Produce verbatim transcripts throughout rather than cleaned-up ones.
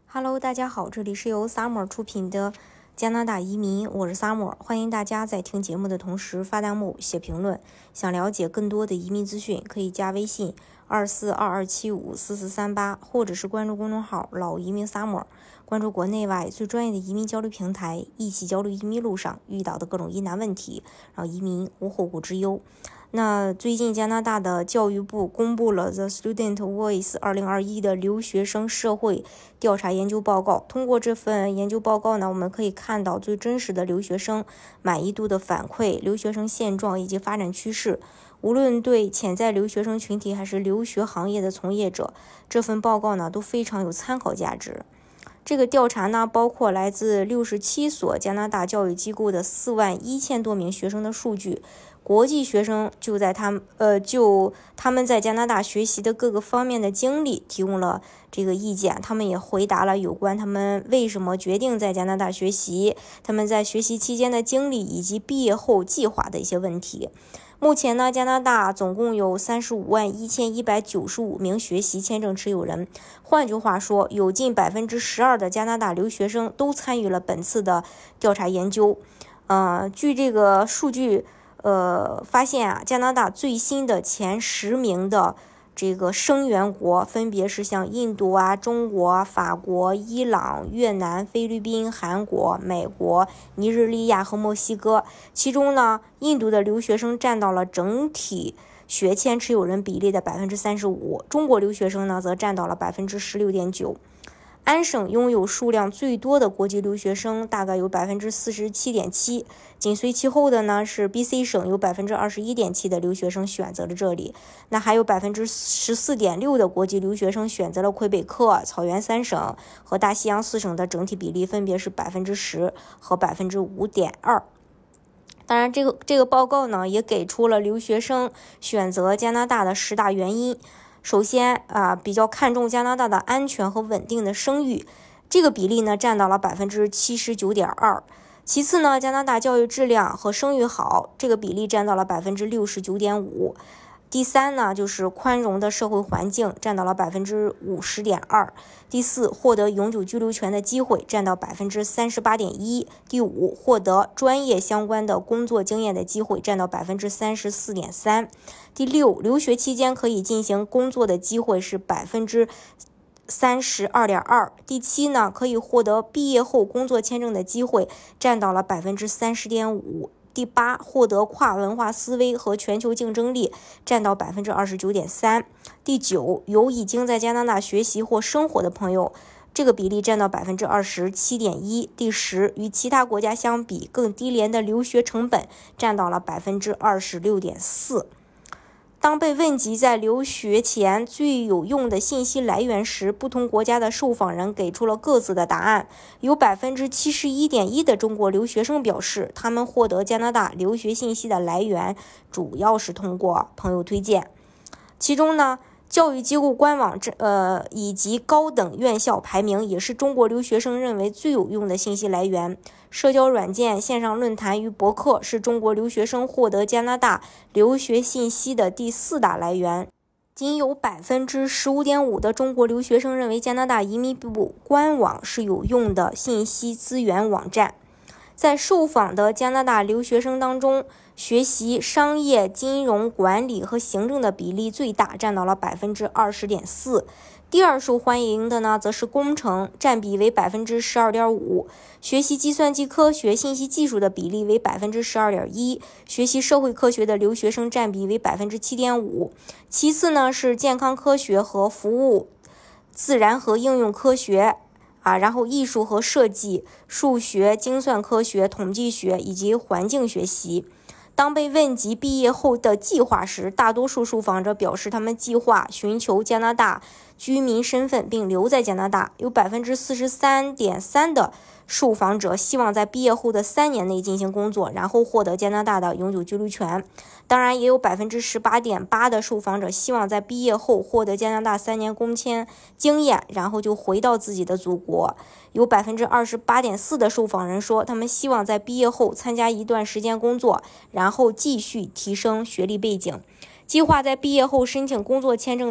Hello， 大家好，这里是由 Summer 出品的加拿大移民，我是 Summer， 欢迎大家在听节目的同时发弹幕、写评论。想了解更多的移民资讯，可以加微信二四二二七五四四三八，或者是关注公众号老移民 Summer， 关注国内外最专业的移民交流平台，一起交流移民路上遇到的各种疑难问题，让移民无后顾之忧。那最近加拿大的教育部公布了 The Student Voice 二零二一的留学生社会调查研究报告。通过这份研究报告呢，我们可以看到最真实的留学生满意度的反馈、留学生现状以及发展趋势。无论对潜在留学生群体还是留学行业的从业者，这份报告呢都非常有参考价值。这个调查呢，包括来自六十七所加拿大教育机构的四万一千多名学生的数据。国际学生就在他们呃就他们在加拿大学习的各个方面的经历提供了这个意见，他们也回答了有关他们为什么决定在加拿大学习，他们在学习期间的经历以及毕业后计划的一些问题。目前呢，加拿大总共有三十五万一千一百九十五名学习签证持有人。换句话说，有近百分之十二的加拿大留学生都参与了本次的调查研究。呃，据这个数据。呃，发现啊，加拿大最新的前十名的这个生源国分别是像印度啊、中国、法国、伊朗、越南、菲律宾、韩国、美国、尼日利亚和墨西哥。其中呢，印度的留学生占到了整体学签持有人比例的百分之三十五，中国留学生呢则占到了百分之十六点九。安省拥有数量最多的国际留学生，大概有百分之四十七点七，紧随其后的呢是 B C 省，有百分之二十一点七的留学生选择了这里。那还有百分之十四点六的国际留学生选择了魁北克、草原三省和大西洋四省的整体比例分别是百分之十和百分之五点二。当然，这个这个报告呢也给出了留学生选择加拿大的十大原因。首先啊，比较看重加拿大的安全和稳定的声誉，这个比例呢占到了百分之七十九点二。其次呢，加拿大教育质量和声誉好，这个比例占到了百分之六十九点五。第三呢，就是宽容的社会环境，占到了百分之五十点二。第四，获得永久居留权的机会，占到百分之三十八点一。第五，获得专业相关的工作经验的机会，占到百分之三十四点三。第六，留学期间可以进行工作的机会是百分之三十二点二。第七呢，可以获得毕业后工作签证的机会，占到了百分之三十点五。第八，获得跨文化思维和全球竞争力，占到百分之二十九点三。第九，有已经在加拿大学习或生活的朋友，这个比例占到百分之二十七点一。第十，与其他国家相比更低廉的留学成本，占到了百分之二十六点四。当被问及在留学前最有用的信息来源时，不同国家的受访人给出了各自的答案。有百分之七十一点一的中国留学生表示，他们获得加拿大留学信息的来源主要是通过朋友推荐。其中呢，教育机构官网呃以及高等院校排名也是中国留学生认为最有用的信息来源。社交软件、线上论坛与博客是中国留学生获得加拿大留学信息的第四大来源。仅有百分之十五点五的中国留学生认为加拿大移民部官网是有用的信息资源网站。在受访的加拿大留学生当中，学习商业、金融、管理和行政的比例最大，占到了百分之二十点四。第二受欢迎的呢，则是工程，占比为百分之十二点五。学习计算机科学、信息技术的比例为百分之十二点一。学习社会科学的留学生占比为百分之七点五。其次呢是健康科学和服务、自然和应用科学。啊，然后艺术和设计、数学、精算科学、统计学以及环境学习。当被问及毕业后的计划时，大多数受访者表示他们计划寻求加拿大居民身份并留在加拿大。有百分之四十三点三的受访者希望在毕业后的三年内进行工作，然后获得加拿大的永久居留权。当然，也有百分之十八点八的受访者希望在毕业后获得加拿大三年工签经验，然后就回到自己的祖国。有百分之二十八点四的受访人说，他们希望在毕业后参加一段时间工作，然后继续提升学历背景。计划在毕业后申请工作签证的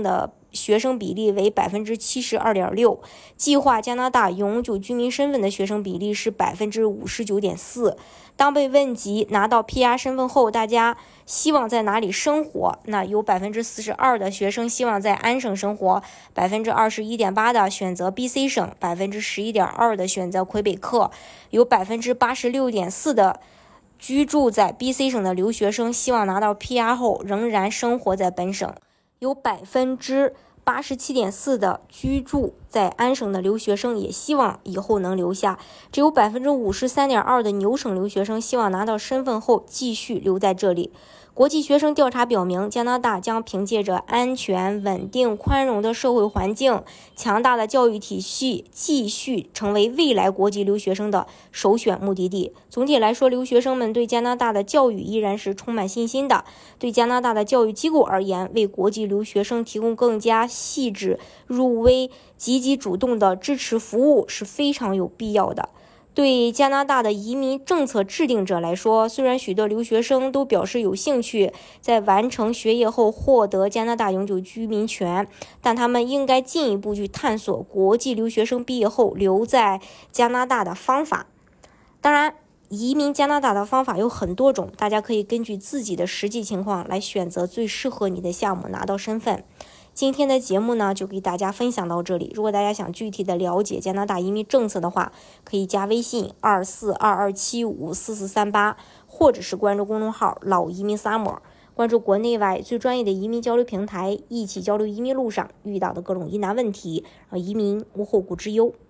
学生比例为 百分之七十二点六， 计划加拿大永久居民身份的学生比例是 百分之五十九点四。 当被问及拿到 P R 身份后大家希望在哪里生活，那有 百分之四十二 的学生希望在安省生活， 百分之二十一点八 的选择 B C 省， 百分之十一点二 的选择魁北克，有 百分之八十六点四 的居住在 B C 省的留学生希望拿到 P R 后仍然生活在本省，有 百分之八十七点四 的居住在安省的留学生也希望以后能留下，只有 百分之五十三点二 的纽省留学生希望拿到身份后继续留在这里。国际学生调查表明，加拿大将凭借着安全、稳定、宽容的社会环境、强大的教育体系，继续成为未来国际留学生的首选目的地。总体来说，留学生们对加拿大的教育依然是充满信心的。对加拿大的教育机构而言，为国际留学生提供更加细致、入微、积极主动的支持服务是非常有必要的。对加拿大的移民政策制定者来说，虽然许多留学生都表示有兴趣在完成学业后获得加拿大永久居民权，但他们应该进一步去探索国际留学生毕业后留在加拿大的方法。当然，移民加拿大的方法有很多种，大家可以根据自己的实际情况来选择最适合你的项目，拿到身份。今天的节目呢，就给大家分享到这里。如果大家想具体的了解加拿大移民政策的话，可以加微信二四二二七五四四三八，或者是关注公众号老移民萨摩，关注国内外最专业的移民交流平台，一起交流移民路上遇到的各种疑难问题，让移民无后顾之忧。